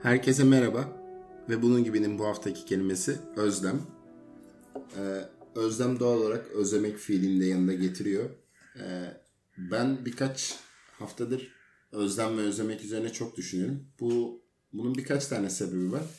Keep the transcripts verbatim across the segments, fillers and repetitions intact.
Herkese merhaba ve bunun gibinin bu haftaki kelimesi özlem. Ee, özlem doğal olarak özlemek fiilini de yanında getiriyor. Ee, ben birkaç haftadır özlem ve özlemek üzerine çok düşünüyorum. Bu bunun birkaç tane sebebi var.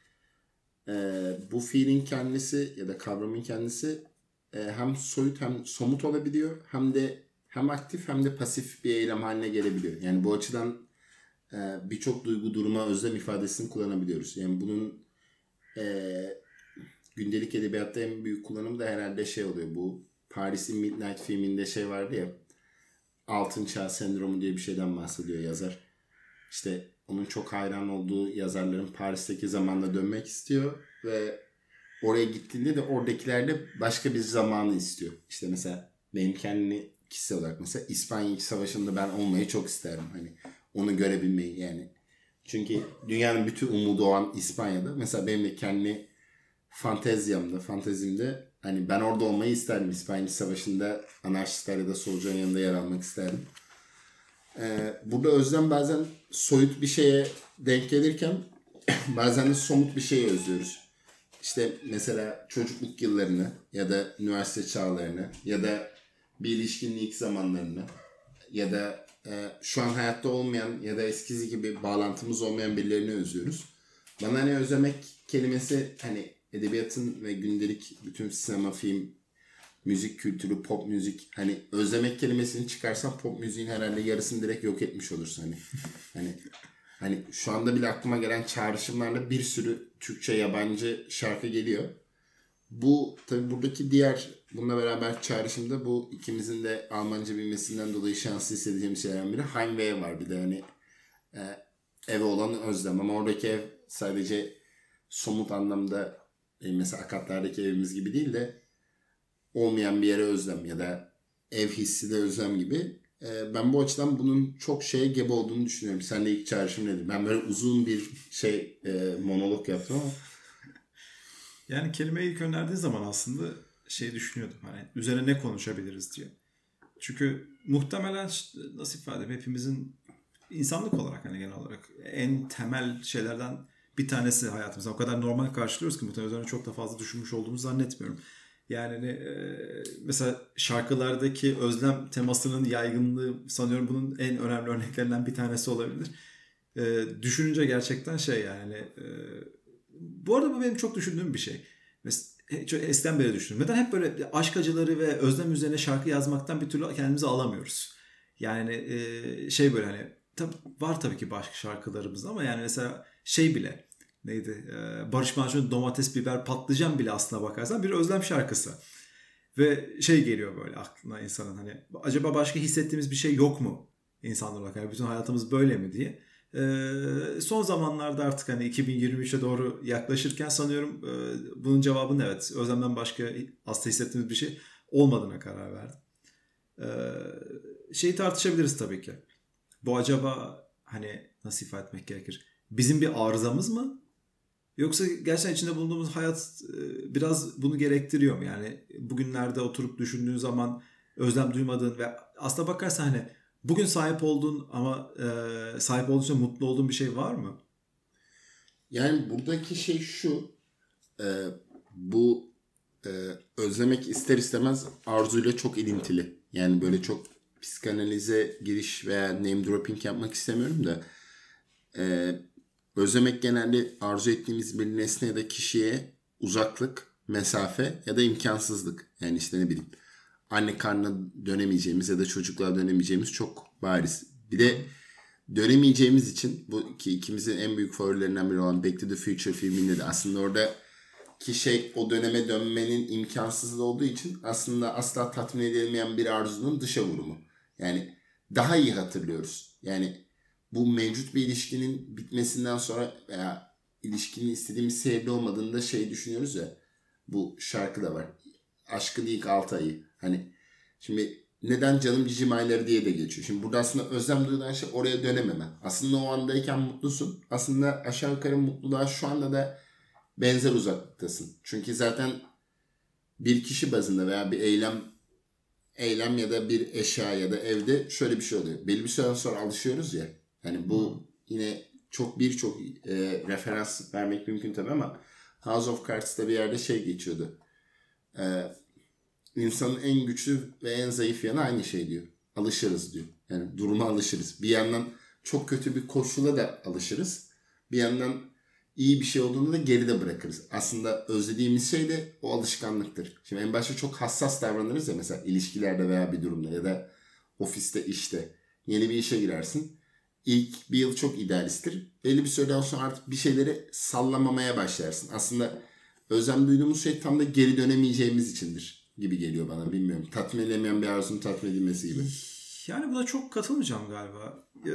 Ee, bu fiilin kendisi ya da kavramın kendisi e, hem soyut hem somut olabiliyor, hem de hem aktif hem de pasif bir eylem haline gelebiliyor. Yani bu açıdan birçok duygu, duruma özlem ifadesini kullanabiliyoruz. Yani bunun e, gündelik edebiyatta en büyük kullanımı da herhalde şey oluyor. Bu Paris'in Midnight filminde şey vardı ya, Altın Çağ Sendromu diye bir şeyden bahsediyor yazar. İşte onun çok hayran olduğu yazarların Paris'teki zamanla dönmek istiyor ve oraya gittiğinde de oradakilerle başka bir zamanı istiyor. İşte mesela benim kendini kişisel olarak mesela İspanya İç Savaşı'nda ben olmayı çok isterdim. Hani onu görebilmeyi yani. Çünkü dünyanın bütün umudu o an İspanya'da. Mesela benim de kendi fantezyamda, fantezimde hani ben orada olmayı isterdim. İspanya Savaşı'nda anarşistler ya da solcuların yanında yer almak isterdim. Ee, burada özlem bazen soyut bir şeye denk gelirken bazen de somut bir şeyi özlüyoruz. İşte mesela çocukluk yıllarını ya da üniversite çağlarını ya da bir ilişkinin ilk zamanlarını ya da e, şu an hayatta olmayan ya da eskisi gibi bağlantımız olmayan birilerini özlüyoruz. Bana hani özlemek kelimesi hani edebiyatın ve gündelik bütün sinema, film, müzik kültürü, pop müzik, hani özlemek kelimesini çıkarsam pop müziğin herhalde yarısını direkt yok etmiş olursun hani. hani hani şu anda bile aklıma gelen çağrışımlarla bir sürü Türkçe, yabancı şarkı geliyor. Bu tabii buradaki diğer bununla beraber çağrışımda bu ikimizin de Almanca bilmesinden dolayı şanslı hissedeceğimiz şeylerden biri Heimweh var. Bir de hani e, eve olan özlem, ama oradaki ev sadece somut anlamda e, mesela Akatlar'daki evimiz gibi değil de olmayan bir yere özlem ya da ev hissi de özlem gibi. E, ben bu açıdan bunun çok şeye gebe olduğunu düşünüyorum. Sen de ilk çağrışım nedir? Ben böyle uzun bir şey e, monolog yaptım ama. Yani kelimeyi ilk önerdiğin zaman aslında şey düşünüyordum, hani üzerine ne konuşabiliriz diye. Çünkü muhtemelen nasıl ifade edeyim, hepimizin insanlık olarak hani genel olarak en temel şeylerden bir tanesi hayatımızda. O kadar normal karşılıyoruz ki muhtemelen üzerine çok da fazla düşünmüş olduğumuzu zannetmiyorum. Yani e, mesela şarkılardaki özlem temasının yaygınlığı sanıyorum bunun en önemli örneklerinden bir tanesi olabilir. E, düşününce gerçekten şey yani... E, Bu arada bu benim çok düşündüğüm bir şey. Çok eskiden beri düşündüm. Neden hep böyle aşk acıları ve özlem üzerine şarkı yazmaktan bir türlü kendimizi alamıyoruz? Yani şey böyle hani tabii var tabii ki başka şarkılarımız ama yani mesela şey bile neydi? Barış Manço'nun Domates, Biber, Patlıcan bile aslına bakarsan bir özlem şarkısı. Ve şey geliyor böyle aklına insanın, hani acaba başka hissettiğimiz bir şey yok mu insanlar olarak? Yani bütün hayatımız böyle mi diye. Ee, son zamanlarda artık hani iki bin yirmi üçe doğru yaklaşırken sanıyorum e, bunun cevabının evet, özlemden başka aslında hissettiğimiz bir şey olmadığına karar verdim. Ee, şeyi tartışabiliriz tabii ki. Bu acaba hani nasıl ifade etmek gerekir? Bizim bir arızamız mı? Yoksa gerçekten içinde bulunduğumuz hayat e, biraz bunu gerektiriyor mu? Yani bugünlerde oturup düşündüğün zaman özlem duymadığın ve aslına bakarsan hani bugün sahip olduğun ama e, sahip olduğun için mutlu olduğun bir şey var mı? Yani buradaki şey şu, e, bu e, özlemek ister istemez arzuyla çok ilintili. Yani böyle çok psikanalize giriş veya name dropping yapmak istemiyorum da e, özlemek genelde arzu ettiğimiz bir nesne ya da kişiye uzaklık, mesafe ya da imkansızlık. Yani işte ne bileyim, anne karnına dönemeyeceğimiz ya da çocukluğa dönemeyeceğimiz çok bariz. Bir de dönemeyeceğimiz için bu ki ikimizin en büyük favorilerinden biri olan Back to the Future filminde de aslında orada ki şey, o döneme dönmenin imkansızlığı olduğu için aslında asla tatmin edilemeyen bir arzunun dışa vurumu. Yani daha iyi hatırlıyoruz. Yani bu mevcut bir ilişkinin bitmesinden sonra veya ilişkinin istediğimiz seviyede olmadığında şey düşünüyoruz ya, bu şarkı da var. Aşkın ilk altı ayı. Hani şimdi neden canım cicim ayları diye de geçiyor. Şimdi burada aslında özlem duyulan şey oraya dönememen. Aslında o andayken mutlusun. Aslında aşağı yukarı mutluluğa şu anda da benzer uzaklıktasın. Çünkü zaten bir kişi bazında veya bir eylem eylem ya da bir eşya ya da evde şöyle bir şey oluyor. Belli bir süre sonra alışıyoruz ya. Hani bu yine çok birçok e, referans vermek mümkün tabii ama House of Cards'ta bir yerde şey geçiyordu. E, insanın en güçlü ve en zayıf yanı aynı şey diyor. Alışırız diyor. Yani duruma alışırız. Bir yandan çok kötü bir koşula da alışırız. Bir yandan iyi bir şey olduğunu da geride bırakırız. Aslında özlediğimiz şey de o alışkanlıktır. Şimdi en başta çok hassas davranırız ya, mesela ilişkilerde veya bir durumda ya da ofiste, işte. Yeni bir işe girersin. İlk bir yıl çok idealisttir. Belli bir süreden sonra artık bir şeyleri sallamamaya başlarsın. Aslında özlem duyduğumuz şey tam da geri dönemeyeceğimiz içindir gibi geliyor bana, bilmiyorum. Tatmin edemeyen bir arzunun tatmin edilmesi gibi. Yani buna çok katılmayacağım galiba. Ee,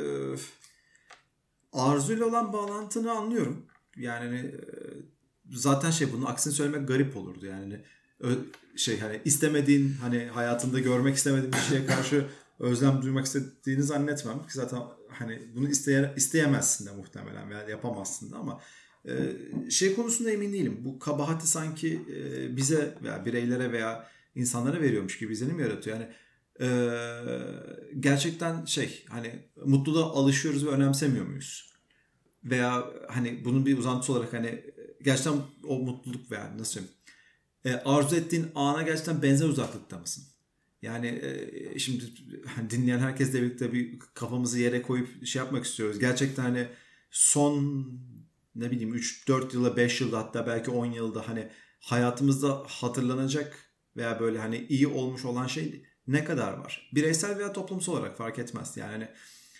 arzuyla olan bağlantını anlıyorum. Yani zaten şey, bunun aksini söylemek garip olurdu. Yani şey, hani istemediğin, hani hayatında görmek istemediğin bir şeye karşı özlem duymak istediğini zannetmem. Ki zaten hani bunu isteye, isteyemezsin de muhtemelen veya yapamazsın da, ama e, şey konusunda emin değilim. Bu kabahati sanki e, bize veya bireylere veya insanlara veriyormuş gibi izlenim yaratıyor. Yani e, gerçekten şey, hani mutluluğa alışıyoruz ve önemsemiyor muyuz? Veya hani bunun bir uzantısı olarak hani gerçekten o mutluluk veya nasıl söyleyeyim, e, arzu ettiğin ana gerçekten benzer uzaklıkta mısın? Yani e, şimdi hani dinleyen herkesle birlikte bir kafamızı yere koyup şey yapmak istiyoruz. Gerçekten hani son ne bileyim üç dört yılda, beş yılda, hatta belki on yılda hani hayatımızda hatırlanacak veya böyle hani iyi olmuş olan şey ne kadar var? Bireysel veya toplumsal olarak fark etmez. Yani hani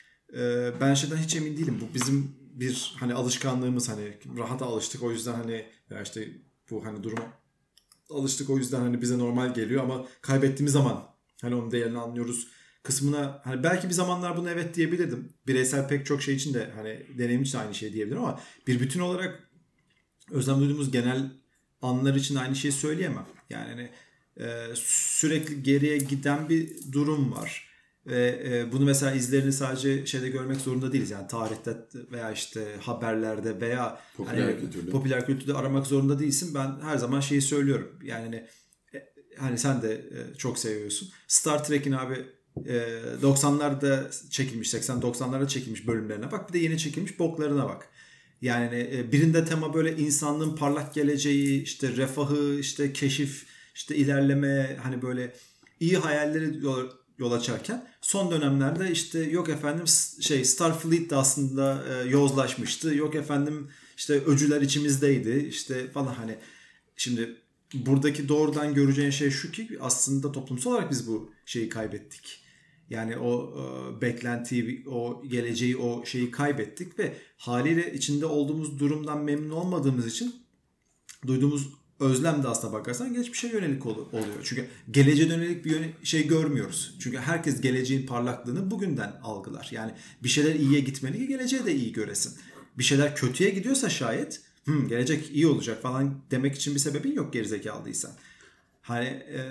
e, ben şeyden hiç emin değilim. Bu bizim bir hani alışkanlığımız, hani rahata alıştık o yüzden hani ya işte bu hani duruma alıştık o yüzden hani bize normal geliyor, ama kaybettiğimiz zaman hani onun değerini anlıyoruz kısmına hani belki bir zamanlar bunu evet diyebilirdim. Bireysel pek çok şey için de hani deneyim için de aynı şey diyebilirim, ama bir bütün olarak özlem duyduğumuz genel anlar için aynı şeyi söyleyemem. Yani hani e, sürekli geriye giden bir durum var. Ve e, bunu mesela izlerini sadece şeyde görmek zorunda değiliz. Yani tarihte veya işte haberlerde veya popüler hani, kültürde. popüler kültürde aramak zorunda değilsin. Ben her zaman şeyi söylüyorum. Yani hani, e, hani sen de e, çok seviyorsun. Star Trek'in abi e, doksanlarda çekilmiş, seksen doksanlarda çekilmiş bölümlerine bak. Bir de yeni çekilmiş boklarına bak. Yani e, birinde tema böyle insanlığın parlak geleceği, işte refahı, işte keşif, işte ilerleme, hani böyle iyi hayalleri yol, yol açarken son dönemlerde işte yok efendim şey Starfleet de aslında e, yozlaşmıştı. Yok efendim işte öcüler içimizdeydi işte falan, hani şimdi buradaki doğrudan göreceğin şey şu ki aslında toplumsal olarak biz bu şeyi kaybettik. Yani o e, beklentiyi, o geleceği, o şeyi kaybettik ve haliyle içinde olduğumuz durumdan memnun olmadığımız için duyduğumuz özlem de aslına bakarsan geçmişe yönelik oluyor. Çünkü geleceğe yönelik bir şey görmüyoruz. Çünkü herkes geleceğin parlaklığını bugünden algılar. Yani bir şeyler iyiye gitmeli ki geleceğe de iyi göresin. Bir şeyler kötüye gidiyorsa şayet Hı, gelecek iyi olacak falan demek için bir sebebin yok gerizekalıysan. Hani e,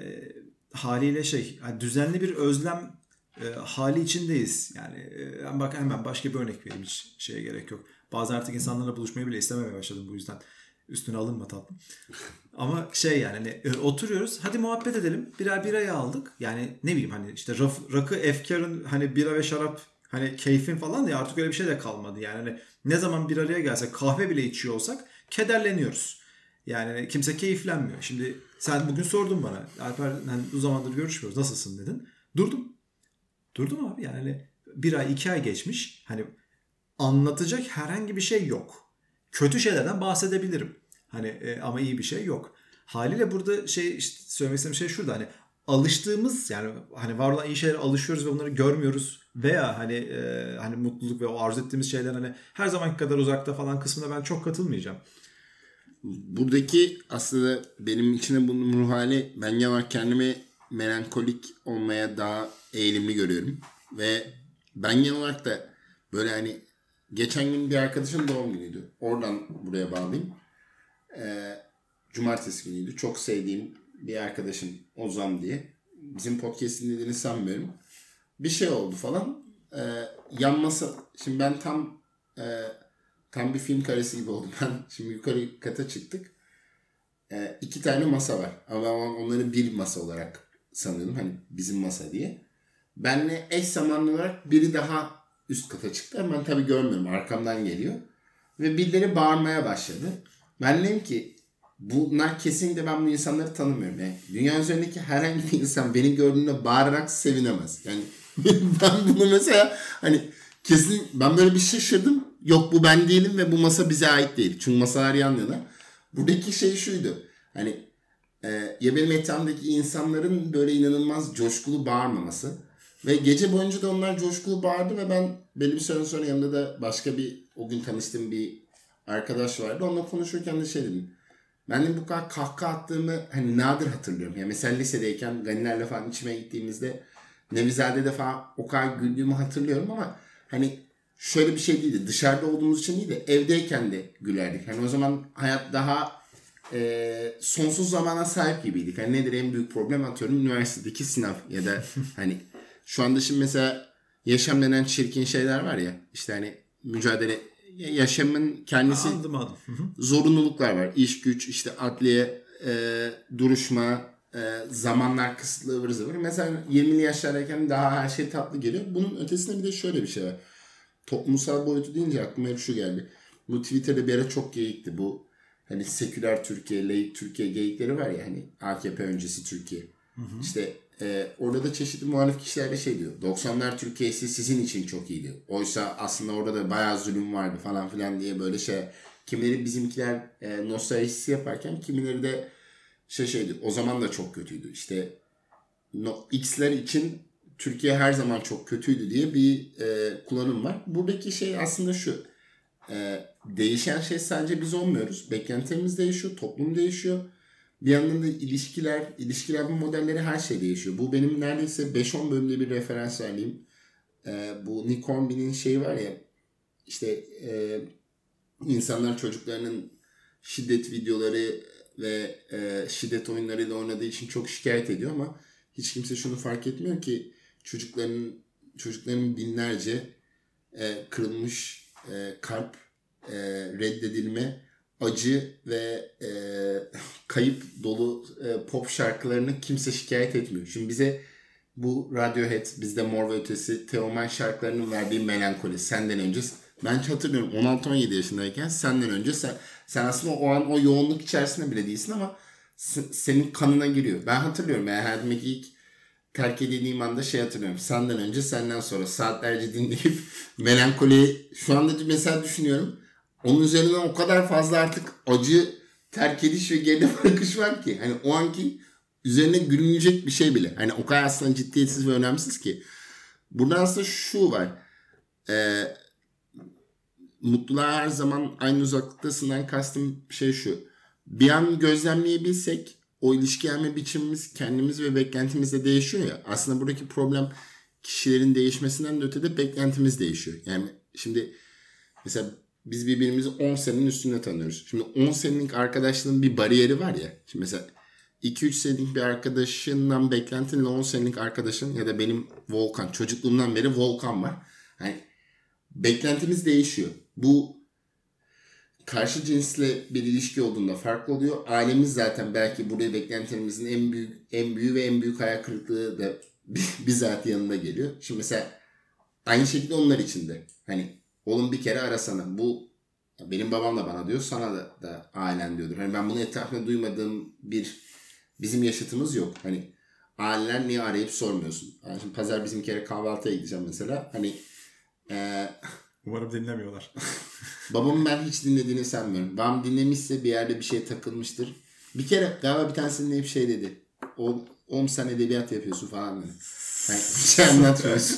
haliyle şey, yani düzenli bir özlem e, hali içindeyiz. Yani e, bak hemen başka bir örnek vereyim, hiç şeye gerek yok. Bazen artık insanlarla buluşmayı bile istememeye başladım bu yüzden. Üstüne alınma tatlım. Ama şey yani hani, e, oturuyoruz, hadi muhabbet edelim. Birer birayı aldık. Yani ne bileyim hani işte raf, rakı, efkarın hani bira ve şarap hani keyfin falan ya, artık öyle bir şey de kalmadı. Yani hani ne zaman bir araya gelsek, kahve bile içiyor olsak kederleniyoruz. Yani kimse keyiflenmiyor. Şimdi sen bugün sordun bana, Alper hani bu zamandır görüşmüyoruz, nasılsın dedin. Durdum. Durdum abi, yani hani bir ay iki ay geçmiş, hani anlatacak herhangi bir şey yok. Kötü şeylerden bahsedebilirim. Hani e, ama iyi bir şey yok. Haliyle burada şey işte söylemek istediğim şey şurada, hani alıştığımız, yani hani var olan iyi şeylere alışıyoruz ve onları görmüyoruz veya hani e, hani mutluluk ve o arzu ettiğimiz şeyler hani her zamanki kadar uzakta falan kısmına ben çok katılmayacağım. Buradaki aslında benim içinde bulunduğum ruh hali, ben genel kendimi melankolik olmaya daha eğilimli görüyorum. Ve ben genel olarak da böyle hani geçen gün bir arkadaşın doğum günüydü. Oradan buraya bağlayayım. Ee, cumartesi günüydü. Çok sevdiğim bir arkadaşım Ozan diye. Bizim podcast'ini dinlediğini sanmıyorum. Bir şey oldu falan. Ee, yan masa, şimdi ben tam e, tam bir film karesi gibi oldum. Ben şimdi yukarı kata çıktık. Ee, iki tane masa var. Ama ben onları bir masa olarak sanıyordum. Hani bizim masa diye. Benle eş zamanlı olarak biri daha üst kata çıktı. Ben tabii görmüyorum. Arkamdan geliyor. Ve birileri bağırmaya başladı. Ben dedim ki bunlar kesinlikle, ben bu insanları tanımıyorum. Yani dünya üzerindeki herhangi bir insan beni gördüğünde bağırarak sevinemez. Yani ben bunu mesela hani kesin ben böyle bir şaşırdım. Yok bu ben değilim ve bu masa bize ait değil. Çünkü masalar yan yana. Buradaki şey şuydu. Hani e, ya benim etrafımdaki insanların böyle inanılmaz coşkulu bağırmaması. Ve gece boyunca da onlar coşkulu bağırdı ve ben belli bir süre sonra yanımda da başka bir o gün tanıştığım bir arkadaş vardı. Onunla konuşurken de şey dedim. Ben de bu kadar kahkaha attığımı hani nadir hatırlıyorum. Yani mesela lisedeyken Ganilerle falan içmeye gittiğimizde Nevizade'de falan o kadar güldüğümü hatırlıyorum ama hani şöyle bir şey değildi. Dışarıda olduğumuz için değil de evdeyken de gülerdik. Hani o zaman hayat daha e, sonsuz zamana sahip gibiydik. Hani nedir en büyük problem, atıyorum üniversitedeki sınav ya da hani şu anda şimdi mesela yaşam denen çirkin şeyler var ya, işte hani mücadele, yaşamın kendisi aldım, aldım. zorunluluklar var. İş güç, işte adliye, e, duruşma, e, zamanlar kısıtlı, ıvır zıvır. Mesela yirmili yaşlardayken daha her şey tatlı geliyor. Bunun ötesinde bir de şöyle bir şey var. Toplumsal boyutu deyince aklıma hep şu geldi. Bu Twitter'da bir ara çok geyikti. Bu hani seküler Türkiye, laik Türkiye geyikleri var ya, hani A K P öncesi Türkiye. Hı hı. İşte e, orada da çeşitli muhalif kişiler de şey diyor. doksanlar Türkiye'si sizin için çok iyiydi. Oysa aslında orada da bayağı zulüm vardı falan filan diye böyle şey. Kimileri bizimkiler e, nostaljisi yaparken kimileri de şey şeydi. O zaman da çok kötüydü. İşte no, X'ler için Türkiye her zaman çok kötüydü diye bir e, kullanım var. Buradaki şey aslında şu. E, değişen şey sadece biz olmuyoruz. Beklentilerimiz değişiyor. Toplum değişiyor. Bir yandan da ilişkiler, ilişkiler bu modelleri, her şey değişiyor. Bu benim neredeyse beş on bölümde bir referans verdiğim. E, bu Nick Hornby'nin şeyi var ya, işte e, insanlar çocuklarının şiddet videoları ve e, şiddet oyunlarıyla oynadığı için çok şikayet ediyor ama hiç kimse şunu fark etmiyor ki çocukların çocukların binlerce e, kırılmış e, kalp, e, reddedilme, acı ve e, kayıp dolu e, pop şarkılarını kimse şikayet etmiyor. Şimdi bize bu Radiohead, bizde Mor ve Ötesi, Teoman şarkılarının verdiği melankoli, senden önce, ben hatırlıyorum on altı on yedi yaşındayken senden önce sen, sen aslında o an o yoğunluk içerisinde bile değilsin ama s- senin kanına giriyor. Ben hatırlıyorum yani hayatımdaki ilk terk edildiğim anda şey hatırlıyorum. Senden önce, senden sonra saatlerce dinleyip melankoliyi şu anda mesela düşünüyorum. Onun üzerinden o kadar fazla artık acı, terk ediş ve geride bırakış var ki. Hani o anki üzerine gülünecek bir şey bile. Hani o kadar aslında ciddiyetsiz ve önemsiz ki. Burada aslında şu var. Eee mutluluğa her zaman aynı uzaklıktasından kastım şey şu. Bir an gözlemleyebilsek o ilişki gelme biçimimiz kendimiz ve beklentimiz de değişiyor ya. Aslında buradaki problem kişilerin değişmesinden de ötede beklentimiz değişiyor. Yani şimdi mesela biz birbirimizi on senenin üstünde tanıyoruz. Şimdi on senelik arkadaşlığın bir bariyeri var ya. Şimdi mesela iki üç senelik bir arkadaşından beklentinle on senelik arkadaşın ya da benim Volkan, çocukluğumdan beri Volkan var. Hani beklentimiz değişiyor. Bu karşı cinsle bir ilişki olduğunda farklı oluyor. Ailemiz zaten belki buraya beklentilerimizin en büyük en büyük ve en büyük hayal kırıklığı da bizzat yanında geliyor. Şimdi mesela aynı şekilde onlar için de. Hani oğlum bir kere arasana. Bu benim babam da bana diyor, sana da, da ailen diyordur. Hani ben bunu etrafında duymadığım bir bizim yaşıtımız yok. Hani aileler niye arayıp sormuyorsun? Yani şimdi pazar bizim kere kahvaltıya gideceğim mesela. Hani eee umarım dinlemiyorlar. babamın ben hiç dinlediğini sanmıyorum. Babam dinlemişse bir yerde bir şey takılmıştır. Bir kere galiba bir tanesi dinleyip şey dedi. O, oğlum sen edebiyat yapıyorsun falan dedi. Yani bir şey anlatmıyorsun.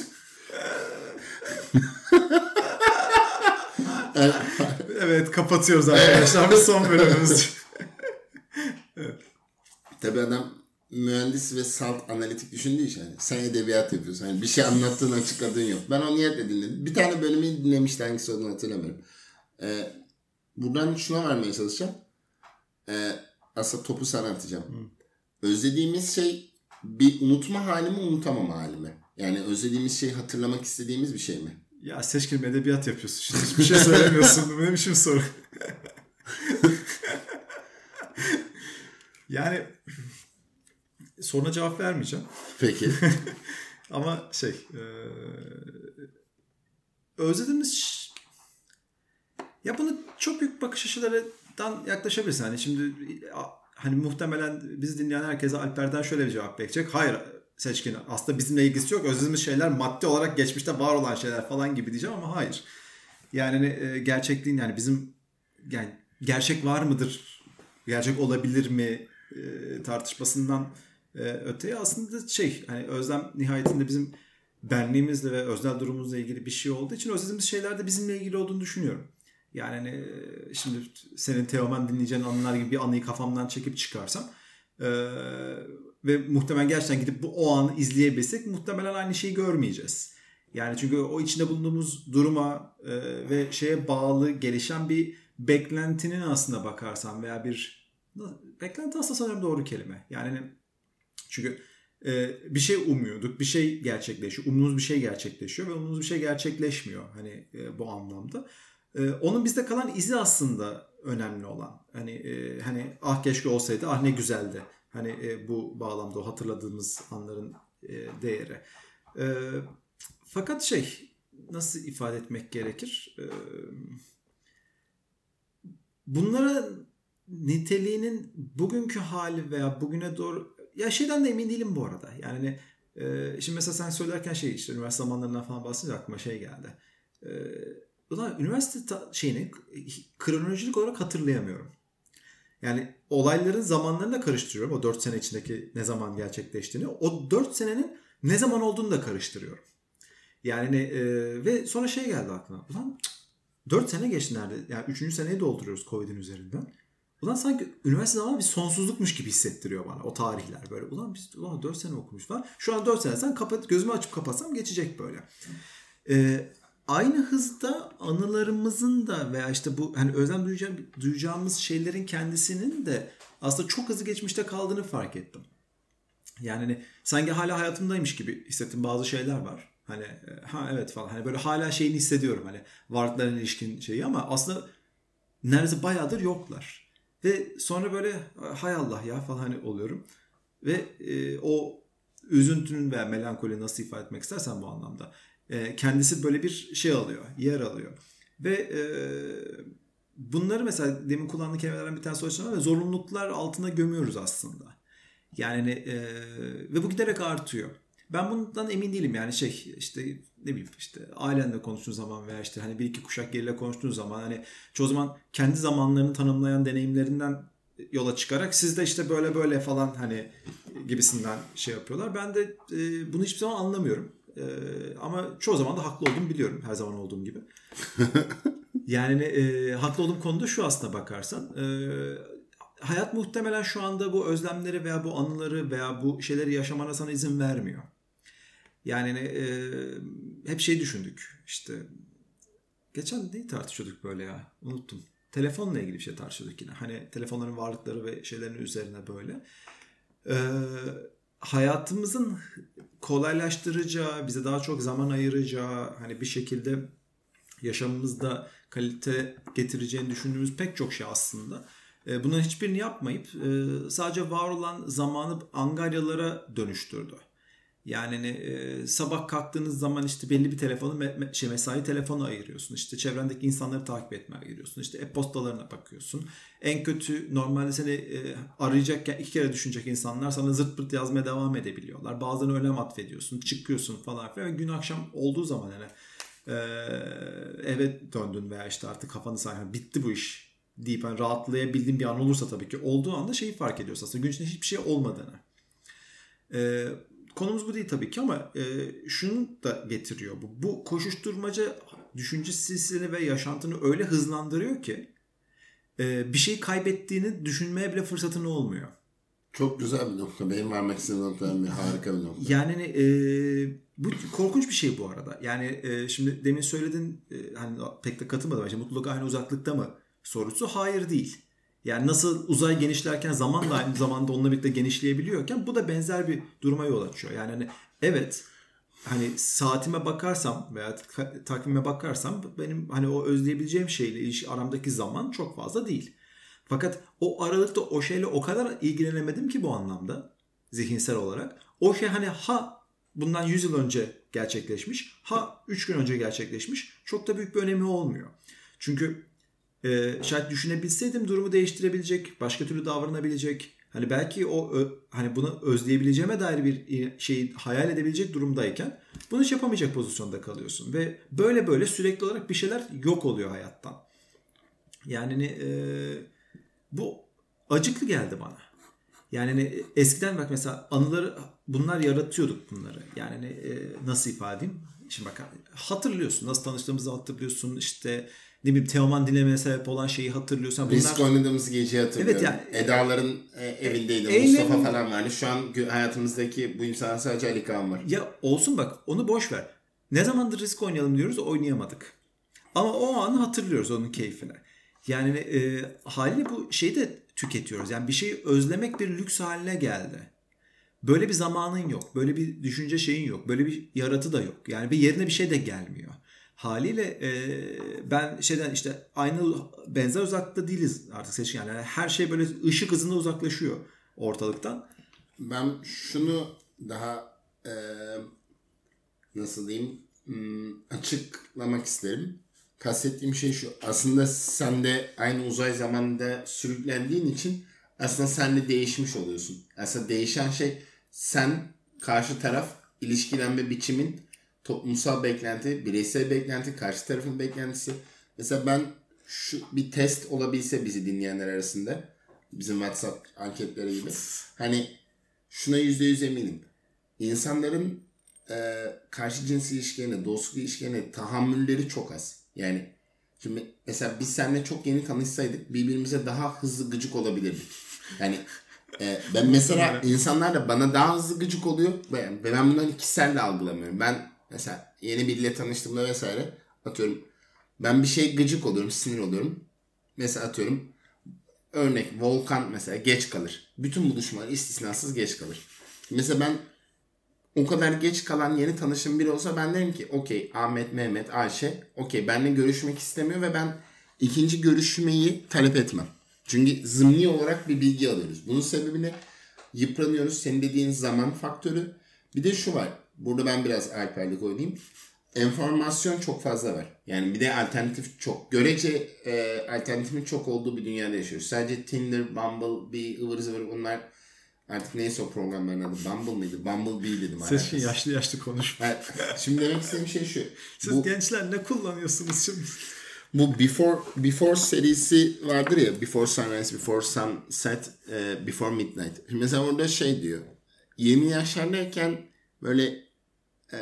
Evet, kapatıyoruz arkadaşlar. Bu son bölümümüz. Evet. Tabii adam mühendis ve salt analitik düşündüğü için yani sen edebiyat yapıyorsun. Yani bir şey anlattığın, açıkladığın yok. Ben o niyetle dinledim. Bir tane bölümü dinlemişti, hangisi olduğunu hatırlamıyorum. Ee, buradan şuna varmaya çalışacağım. Ee, aslında topu sana atacağım. Hı. Özlediğimiz şey bir unutma hali mi, unutamama hali mi? Yani özlediğimiz şey hatırlamak istediğimiz bir şey mi? Ya Seçkin, edebiyat yapıyorsun. Şimdi hiçbir şey söylemiyorsun. Bu ne biçim soru? Yani soruna cevap vermeyeceğim. Peki. Ama şey e, özlediğimiz ya bunu çok büyük bakış açılarından yaklaşabilirsin. Hani şimdi hani muhtemelen bizi dinleyen herkese Alper'den şöyle bir cevap bekleyecek. Hayır Seçkin, aslında bizimle ilgisi yok. Özlediğimiz şeyler maddi olarak geçmişte var olan şeyler falan gibi diyeceğim ama hayır. Yani gerçekliğin yani bizim yani gerçek var mıdır? Gerçek olabilir mi? E, tartışmasından e, öteye aslında şey hani özlem nihayetinde bizim benliğimizle ve öznel durumumuzla ilgili bir şey olduğu için özlediğimiz şeyler de bizimle ilgili olduğunu düşünüyorum. Yani hani, şimdi senin Teoman dinleyeceğin anılar gibi bir anıyı kafamdan çekip çıkarsam e, ve muhtemelen gerçekten gidip bu o anı izleyebilsek muhtemelen aynı şeyi görmeyeceğiz. Yani çünkü o içinde bulunduğumuz duruma e, ve şeye bağlı gelişen bir beklentinin aslında bakarsan veya bir beklenti aslında sanırım doğru kelime. Yani çünkü e, bir şey umuyorduk, bir şey gerçekleşiyor, umduğumuz bir şey gerçekleşiyor ve umduğumuz bir şey gerçekleşmiyor hani e, bu anlamda. E, onun bizde kalan izi aslında önemli olan. Hani e, hani ah keşke olsaydı, ah ne güzeldi. Hani e, bu bağlamda o hatırladığımız anların e, değeri. E, fakat şey nasıl ifade etmek gerekir? E, bunlara niteliğinin bugünkü hali veya bugüne doğru ya şeyden de emin değilim bu arada. Yani e, şimdi mesela sen söylerken şey işte üniversite zamanlarından falan bahsedince aklıma şey geldi. E, ulan üniversite ta- şeyini kronolojik olarak hatırlayamıyorum. Yani olayların zamanlarını da karıştırıyorum. O dört sene içindeki ne zaman gerçekleştiğini. O dört senenin ne zaman olduğunu da karıştırıyorum. Yani e, ve sonra şey geldi aklıma. Ulan dört sene geçti nerede? Yani üçüncü seneyi dolduruyoruz Covid'in üzerinden. Ulan sanki üniversite zamanı bir sonsuzlukmuş gibi hissettiriyor bana o tarihler böyle. Ulan biz ulan dört sene okumuş falan. Şu an dört sene sen kapat, gözümü açıp kapatsam geçecek böyle. Ee, aynı hızda anılarımızın da veya işte bu hani özlem duyacağım, duyacağımız şeylerin kendisinin de aslında çok hızlı geçmişte kaldığını fark ettim. Yani hani sanki hala hayatımdaymış gibi hissettiğim bazı şeyler var. Hani ha evet falan hani böyle hala şeyini hissediyorum hani varlıklarına ilişkin şeyi ama aslında neredeyse bayağıdır yoklar. Ve sonra böyle hay Allah ya falan hani oluyorum. Ve e, o üzüntünün veya melankoli nasıl ifade etmek istersen bu anlamda e, kendisi böyle bir şey alıyor, yer alıyor. Ve e, bunları mesela demin kullandığım kelimelerden bir tanesi oluşturan ve zorunluluklar altına gömüyoruz aslında. Yani e, ve bu giderek artıyor. Ben bundan emin değilim yani şey işte ne bileyim işte ailenle konuştuğun zaman veya işte hani bir iki kuşak geriyle konuştuğun zaman hani çoğu zaman kendi zamanlarını tanımlayan deneyimlerinden yola çıkarak siz de işte böyle böyle falan hani gibisinden şey yapıyorlar. Ben de e, bunu hiçbir zaman anlamıyorum. E, ama çoğu zaman da haklı olduğumu biliyorum her zaman olduğum gibi. Yani e, haklı olduğum konuda şu aslına bakarsan e, hayat muhtemelen şu anda bu özlemleri veya bu anıları veya bu şeyleri yaşamana sana izin vermiyor. Yani e, hep şey düşündük işte geçen neyi tartışıyorduk böyle ya unuttum. Telefonla ilgili bir şey tartışıyorduk yine. Hani telefonların varlıkları ve şeylerin üzerine böyle. E, hayatımızın kolaylaştıracağı, bize daha çok zaman ayıracağı, hani bir şekilde yaşamımızda kalite getireceğini düşündüğümüz pek çok şey aslında. Bunların hiçbirini yapmayıp sadece var olan zamanı angaryalara dönüştürdü. Yani hani sabah kalktığınız zaman işte belli bir telefonu şey mesai telefonu ayırıyorsun. İşte çevrendeki insanları takip etmeye ayırıyorsun. İşte e-postalarına bakıyorsun. En kötü normalde seni arayacakken iki kere düşünecek insanlar sana zırt pırt yazmaya devam edebiliyorlar. Bazılarını önem atfediyorsun. Çıkıyorsun falan filan. Ve gün akşam olduğu zaman yani eve döndün veya işte artık kafanı sayın bitti bu iş deyip yani rahatlayabildiğin bir an olursa tabii ki olduğu anda şeyi fark ediyorsun aslında gün içinde hiçbir şey olmadığını. Ee, konumuz bu değil tabii ki ama e, şunu da getiriyor bu. Bu koşuşturmaca düşünce silsileni ve yaşantını öyle hızlandırıyor ki e, bir şey kaybettiğini düşünmeye bile fırsatın olmuyor. Çok güzel bir nokta. Benim vermek istediğim noktadan bir harika bir nokta. Yani e, bu korkunç bir şey bu arada. Yani e, şimdi demin söyledin e, hani pek de katılmadım. İşte mutluluk aynı uzaklıkta mı sorusu hayır değil. Yani nasıl uzay genişlerken zaman da aynı zamanda onunla birlikte genişleyebiliyorken bu da benzer bir duruma yol açıyor. Yani hani evet hani saatime bakarsam veya takvime bakarsam benim hani o özleyebileceğim şeyle ilişki aramdaki zaman çok fazla değil. Fakat o aralıkta o şeyle o kadar ilgilenemedim ki bu anlamda zihinsel olarak. O şey hani ha bundan yüz yıl önce gerçekleşmiş, ha üç gün önce gerçekleşmiş. Çok da büyük bir önemi olmuyor. Çünkü e, şayet düşünebilseydim durumu değiştirebilecek, başka türlü davranabilecek, hani belki o ö, hani bunu özleyebileceğime dair bir şeyi hayal edebilecek durumdayken bunu hiç yapamayacak pozisyonda kalıyorsun ve böyle böyle sürekli olarak bir şeyler yok oluyor hayattan. Yani e, bu acıklı geldi bana. Yani eskiden bak mesela anıları bunlar yaratıyorduk bunları. Yani e, nasıl ifade edeyim? Şimdi bak hatırlıyorsun. Nasıl tanıştığımızı hatırlıyorsun. İşte ne bileyim Teoman dinlemeye sebep olan şeyi hatırlıyorsun. Bunlar... Risk oynadığımız geceyi hatırlıyorum. Evet, yani, Eda'ların e, evindeydi. E, Mustafa eylem... falan vardı. Şu an hayatımızdaki bu insan sadece Ali Kaan var. Ya olsun bak onu boş ver. Ne zamandır risk oynayalım diyoruz, oynayamadık. Ama o anı hatırlıyoruz, onun keyfine. Yani e, haliyle bu şeyi de tüketiyoruz. Yani bir şeyi özlemek bir lüks haline geldi. Böyle bir zamanın yok. Böyle bir düşünce şeyin yok. Böyle bir yaratı da yok. Yani bir yerine bir şey de gelmiyor. Haliyle e, ben şeyden işte aynı benzer uzaklıkta değiliz artık seçkin. Yani her şey böyle ışık hızında uzaklaşıyor ortalıktan. Ben şunu daha e, nasıl diyeyim açıklamak isterim. Kastettiğim şey şu. Aslında sen de aynı uzay zamanında sürüklendiğin için aslında sen de değişmiş oluyorsun. Aslında değişen şey sen, karşı taraf, ilişkilenme biçimin, toplumsal beklenti, bireysel beklenti, karşı tarafın beklentisi. Mesela ben şu bir test olabilse bizi dinleyenler arasında, bizim WhatsApp anketleri gibi. Hani şuna yüzde yüz eminim. İnsanların e, karşı cins ilişkilerine, dostluk ilişkilerine tahammülleri çok az. Yani şimdi mesela biz seninle çok yeni tanışsaydık birbirimize daha hızlı gıcık olabilirdik. Yani e, ben mesela insanlar da bana daha hızlı gıcık oluyor ve ben bunları kişisel de algılamıyorum. Ben mesela yeni biriyle tanıştığımda vesaire atıyorum ben bir şey gıcık oluyorum, sinir oluyorum. Mesela atıyorum örnek Volkan mesela geç kalır. Bütün buluşmalar istisnasız geç kalır. Mesela ben o kadar geç kalan yeni tanışım biri olsa ben derim ki okey Ahmet, Mehmet, Ayşe okey benimle görüşmek istemiyor ve ben ikinci görüşmeyi talep etmem. Çünkü zımni olarak bir bilgi alıyoruz. Bunun sebebini yıpranıyoruz. Senin dediğin zaman faktörü. Bir de şu var. Burada ben biraz alperlik oynayayım. Enformasyon çok fazla var. Yani bir de alternatif çok. Görece e, alternatifin çok olduğu bir dünyada yaşıyoruz. Sadece Tinder, Bumble, bir ıvır zıvır bunlar artık neyse o programların adı. Bumble mıydı? Bumblebee dedim. Siz yaşlı yaşlı konuşma. Evet. Şimdi demek istediğim şey şu. Siz bu, gençler ne kullanıyorsunuz şimdi? Bu Before Before serisi vardır ya. Before Sunrise, Before Sunset, e, Before Midnight. Şimdi mesela orada şey diyor. yirmi yaşlardayken böyle e,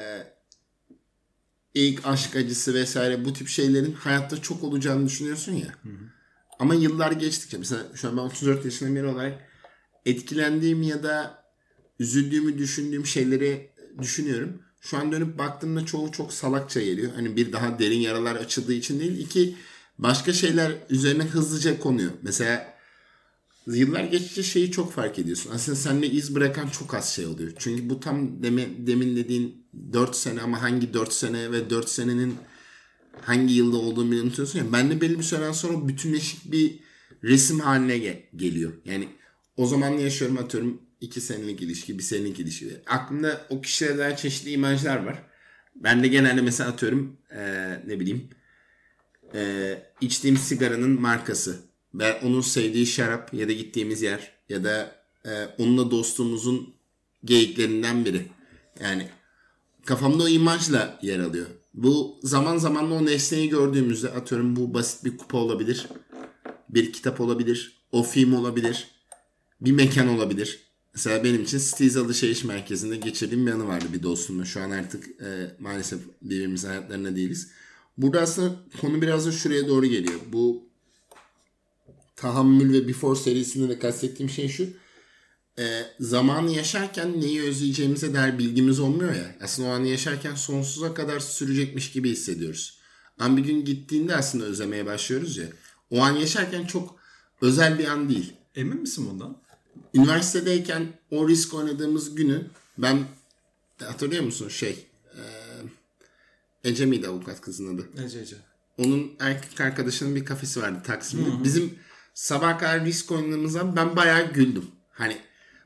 ilk aşk acısı vesaire bu tip şeylerin hayatta çok olacağını düşünüyorsun ya. Hı hı. Ama yıllar geçtikçe mesela şu an ben otuz dört yaşında biri olarak etkilendiğim ya da üzüldüğümü düşündüğüm şeyleri düşünüyorum. Şu an dönüp baktığımda çoğu çok salakça geliyor. Hani bir daha derin yaralar açıldığı için değil. İki başka şeyler üzerine hızlıca konuyor. Mesela yıllar geçtikçe şeyi çok fark ediyorsun. Aslında seninle iz bırakan çok az şey oluyor. Çünkü bu tam deme, demin dediğin dört sene ama hangi dört sene ve dört senenin hangi yılda olduğunu bile unutuyorsun ya. Bende belli bir süreden sonra bütünleşik bir resim haline gel- geliyor. Yani o zaman yaşıyorum atıyorum iki senelik ilişki, bir senelik ilişki. Aklımda o kişilerden çeşitli imajlar var. Ben de genelde mesela atıyorum ee, ne bileyim ee, içtiğim sigaranın markası. Ben onun sevdiği şarap ya da gittiğimiz yer ya da e, onunla dostluğumuzun geyiklerinden biri. Yani kafamda o imajla yer alıyor. Bu zaman zaman o nesneyi gördüğümüzde atıyorum bu basit bir kupa olabilir. Bir kitap olabilir. O film olabilir. Bir mekan olabilir. Mesela benim için Steez Alışveriş Merkezi'nde geçirdiğim bir anı vardı bir dostumla. Şu an artık e, maalesef birbirimizin hayatlarında değiliz. Burada aslında konu biraz da şuraya doğru geliyor. Bu Tahammül ve Before serisinde de kastettiğim şey şu. E, zamanı yaşarken neyi özleyeceğimize dair bilgimiz olmuyor ya. Aslında o anı yaşarken sonsuza kadar sürecekmiş gibi hissediyoruz. Ama bir gün gittiğinde aslında özlemeye başlıyoruz ya. O an yaşarken çok özel bir an değil. Emin misin bundan? Üniversitedeyken o risk oynadığımız günü ben hatırlıyor musun şey e, Ece miydi avukat kızın adı? Ece Ece. Onun erkek arkadaşının bir kafesi vardı Taksim'de. Hı hı. Bizim sabah kadar risk oynadığımızda ben bayağı güldüm. Hani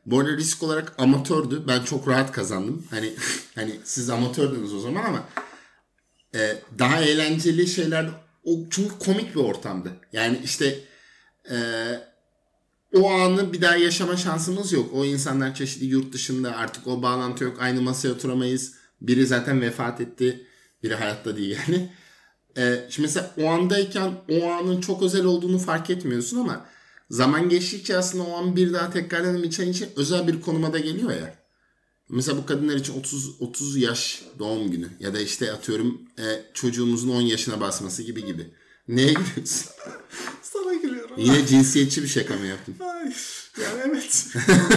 Bu arada risk olarak amatördü. Ben çok rahat kazandım. Hani hani siz amatördünüz o zaman ama e, daha eğlenceli şeyler, o çünkü komik bir ortamdı. Yani işte e, o anı bir daha yaşama şansımız yok. O insanlar çeşitli yurt dışında, artık o bağlantı yok. Aynı masaya oturamayız. Biri zaten vefat etti. Biri hayatta değil yani. Ee, şimdi mesela o andayken o anın çok özel olduğunu fark etmiyorsun ama zaman geçtikçe aslında o an bir daha tekrarlanamayacağın için özel bir konuma da geliyor ya. Mesela bu kadınlar için otuz otuz yaş doğum günü ya da işte atıyorum e, çocuğumuzun on yaşına basması gibi gibi. Neye gülüyorsun? Sana gülüyorum. Yine cinsiyetçi bir şaka mı yaptın? Ay, yani evet.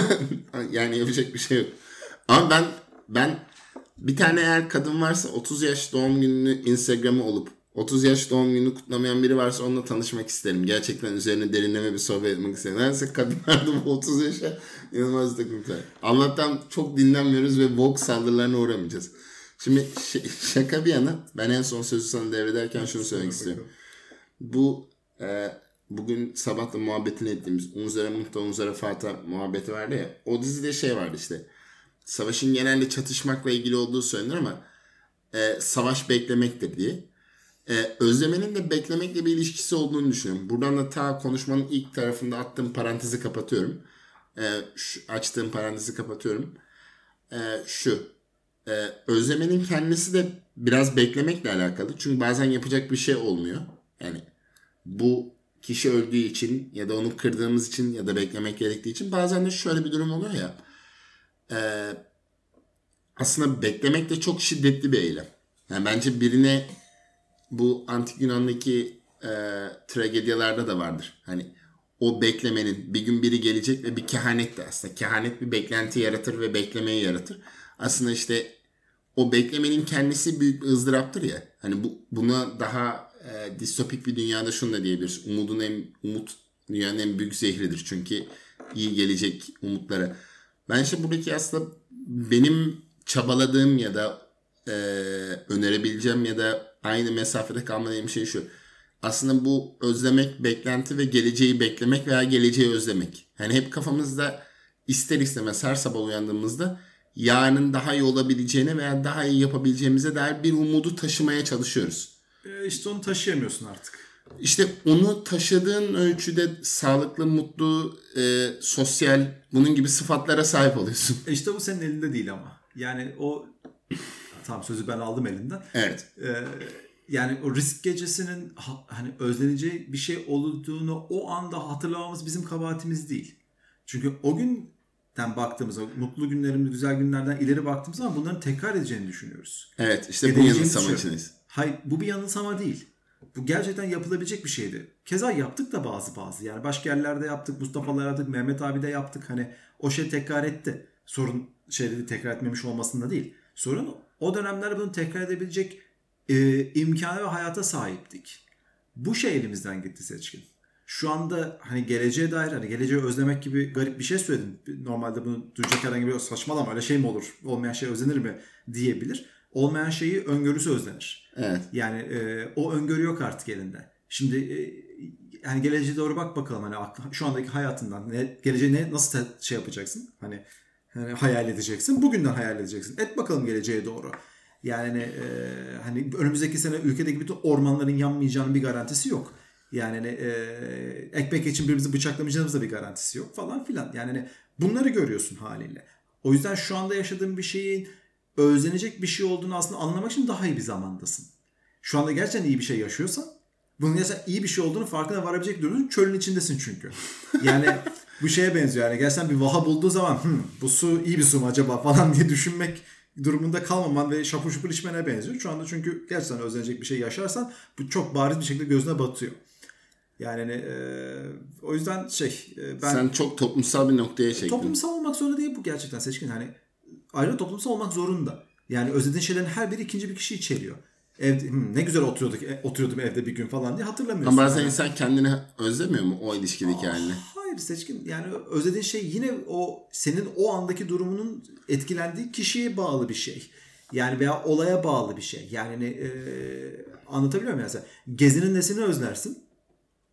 Yani yapacak bir şey yok. Ama ben ben bir tane eğer kadın varsa otuz yaş doğum gününü Instagram'a olup otuz yaş doğum gününü kutlamayan biri varsa onunla tanışmak isterim. Gerçekten üzerine derinleme bir sohbet etmek isterim. Neredeyse kadınlar da bu otuz yaşa inanılmaz takıntılar. Allah'tan çok dinlenmiyoruz ve woke saldırılarına uğramayacağız. Şimdi ş- şaka bir yana, ben en son sözü sana devrederken şunu söylemek istiyorum. Bu e, bugün sabah da muhabbetini ettiğimiz Unzara Muhta Unzara Fatah muhabbeti vardı ya. O dizide şey vardı işte. Savaşın genelde çatışmakla ilgili olduğu söylenir ama e, savaş beklemektir diye. E, Özlemenin de beklemekle bir ilişkisi olduğunu düşünüyorum. Buradan da ta konuşmanın ilk tarafında attığım parantezi kapatıyorum. E, şu, açtığım parantezi kapatıyorum. E, şu. E, özlemenin kendisi de biraz beklemekle alakalı. Çünkü bazen yapacak bir şey olmuyor. Yani bu kişi öldüğü için ya da onu kırdığımız için ya da beklemek gerektiği için bazen de şöyle bir durum oluyor ya. E, aslında beklemek de çok şiddetli bir eylem. Yani bence birine, bu antik Yunan'daki e, tragedyalarda da vardır. Hani o beklemenin, bir gün biri gelecek ve bir kehanet de aslında. Kehanet bir beklenti yaratır ve beklemeyi yaratır. Aslında işte o beklemenin kendisi büyük bir ızdıraptır ya. Hani bu buna daha e, distopik bir dünyada şunu da diyebiliriz. Umudun en, umut dünyanın en büyük zehridir. Çünkü iyi gelecek umutlara. Ben işte buradaki aslında benim çabaladığım ya da e, önerebileceğim ya da aynı mesafede kalma dediğim şey şu. Aslında bu özlemek, beklenti ve geleceği beklemek veya geleceği özlemek. Yani hep kafamızda ister istemez her sabah uyandığımızda yarının daha iyi olabileceğine veya daha iyi yapabileceğimize dair bir umudu taşımaya çalışıyoruz. E işte onu taşıyamıyorsun artık. İşte onu taşıdığın ölçüde sağlıklı, mutlu, e, sosyal, bunun gibi sıfatlara sahip oluyorsun. E işte bu senin elinde değil ama. Yani o tamam, sözü ben aldım elinden. Evet. Ee, yani o risk gecesinin ha, hani özleneceği bir şey olduğunu o anda hatırlamamız bizim kabahatimiz değil. Çünkü o günden baktığımızda, mutlu günlerimde, güzel günlerden ileri baktığımız zaman bunların tekrar edeceğini düşünüyoruz. Evet, işte bu yanılsama içindeyiz. Hayır, bu bir yanılsama değil. Bu gerçekten yapılabilecek bir şeydi. Keza yaptık da bazı bazı. Yani başka yerlerde yaptık, Mustafa'la yaptık, Mehmet abi de yaptık. Hani o şey tekrar etti. Sorun şeyleri tekrar etmemiş olmasında değil. Sorun o dönemlerde bunu tekrar edebilecek e, imkanı ve hayata sahiptik. Bu şey elimizden gitti Seçkin. Şu anda hani geleceğe dair, hani geleceği özlemek gibi garip bir şey söyledim. Normalde bunu duyacak herhangi bir saçmalama, öyle şey mi olur? Olmayan şey özlenir mi? Diyebilir. Olmayan şeyi öngörüsü özlenir. Evet. Yani e, o öngörü yok artık elinde. Şimdi e, hani geleceğe doğru bak bakalım, hani şu andaki hayatından ne, geleceğe ne, nasıl şey yapacaksın? Hani, hani hayal edeceksin. Bugünden hayal edeceksin. Et bakalım geleceğe doğru. Yani e, hani önümüzdeki sene ülkedeki bütün ormanların yanmayacağının bir garantisi yok. Yani e, ekmek için birbirimizi bıçaklamayacağımızda bir garantisi yok falan filan. Yani bunları görüyorsun haliyle. O yüzden şu anda yaşadığın bir şeyin özlenecek bir şey olduğunu aslında anlamak için daha iyi bir zamandasın. Şu anda gerçekten iyi bir şey yaşıyorsan, bunun gerçekten iyi bir şey olduğunu farkına varabilecek durumda, çölün içindesin çünkü. Yani bu şeye benziyor, yani gerçekten bir vaha bulduğu zaman bu su iyi bir su mu acaba falan diye düşünmek durumunda kalmaman ve şapur şupur içmene benziyor. Şu anda çünkü gerçekten özlenecek bir şey yaşarsan bu çok bariz bir şekilde gözüne batıyor. Yani e, o yüzden şey e, ben... Sen çok toplumsal bir noktaya çektin. Toplumsal olmak zorunda değil bu gerçekten Seçkin. Hani ayrıca toplumsal olmak zorunda. Yani özlediğin şeylerin her biri ikinci bir kişi içeriyor. Evde, hmm, ne güzel oturuyorduk, oturuyordum evde bir gün falan diye hatırlamıyorsun. Ama bazen yani. insan kendini özlemiyor mu o ilişkideki Aa, halini? Hayır Seçkin. Yani özlediğin şey yine o senin o andaki durumunun etkilendiği kişiye bağlı bir şey. Yani veya olaya bağlı bir şey. Yani e, anlatabiliyor muyum? Yani Gezinin nesini özlersin?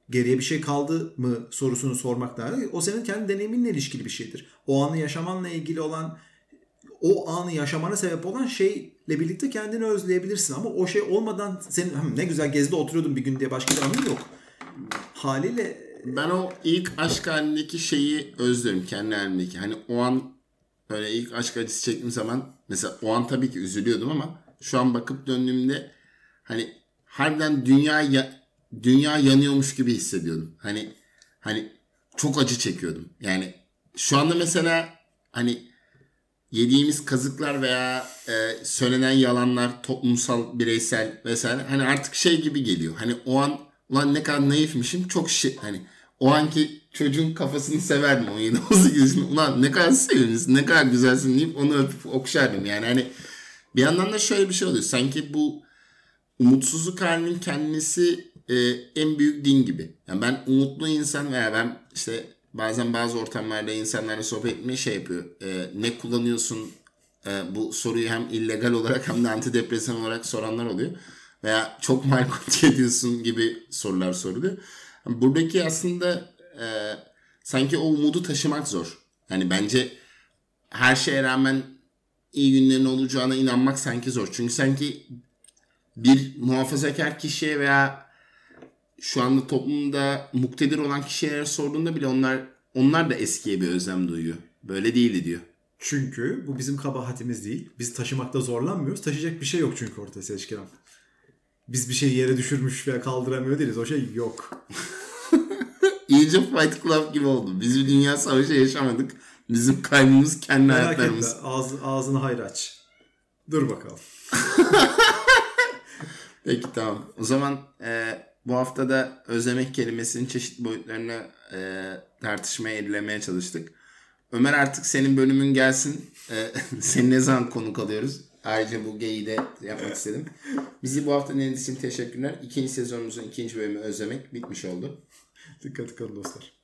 Geriye bir şey kaldı mı sorusunu sormak lazım. O senin kendi deneyiminle ilişkili bir şeydir. O anı yaşamanla ilgili olan, o anı yaşamana sebep olan şeyle birlikte kendini özleyebilirsin. Ama o şey olmadan senin ne güzel gezide oturuyordum bir gün diye başka bir anın yok. Haliyle ben o ilk aşk halindeki şeyi özlüyorum, kendi halimdeki. Hani o an böyle ilk aşk acısı çektiğim zaman mesela o an tabii ki üzülüyordum ama şu an bakıp döndüğümde hani harbiden dünya ya, dünya yanıyormuş gibi hissediyordum. Hani hani çok acı çekiyordum. Yani şu anda mesela hani yediğimiz kazıklar veya e, söylenen yalanlar, toplumsal, bireysel vesaire hani artık şey gibi geliyor. Hani o an ulan ne kadar naifmişim, çok şey hani o anki çocuğun kafasını severdim on yedi on sekiz yaşında. Ulan ne kadar sevimlisin, ne kadar güzelsin deyip onu öpüp okşardım. Yani hani bir yandan da şöyle bir şey oluyor. Sanki bu umutsuzluk halinin kendisi e, en büyük din gibi. Yani ben umutlu insan veya ben işte bazen bazı ortamlarda insanlarla sohbet etmeye şey yapıyor. E, ne kullanıyorsun? E, bu soruyu hem illegal olarak hem de antidepresan olarak soranlar oluyor. Veya çok mu alkol tüketiyorsun gibi sorular soruluyor. Buradaki aslında e, sanki o umudu taşımak zor. Yani bence her şeye rağmen iyi günlerin olacağına inanmak sanki zor. Çünkü sanki bir muhafazakar kişiye veya şu anda toplumda muktedir olan kişilere sorduğunda bile onlar onlar da eskiye bir özlem duyuyor. Böyle değildi diyor. Çünkü bu bizim kabahatimiz değil. Biz taşımakta zorlanmıyoruz. Taşıyacak bir şey yok çünkü ortada Seçkiram. Biz bir şeyi yere düşürmüş veya kaldıramıyor değiliz. O şey yok. İyice Fight Club gibi oldu. Biz bir dünya savaşı yaşamadık. Bizim kaybımız kendi Merak hayatlarımız. etme. Ağzı, ağzını hayır aç. Dur bakalım. Peki tamam. O zaman e, bu hafta da özlemek kelimesinin çeşitli boyutlarını e, tartışmaya, edilemeye çalıştık. Ömer artık senin bölümün gelsin. E, seni ne zaman konuk alıyoruz? Ayrıca bu geyiği de yapmak istedim. Bizi bu hafta dinlediğiniz için teşekkürler. İkinci sezonumuzun ikinci bölümü özlemek bitmiş oldu. Dikkat kalın dostlar.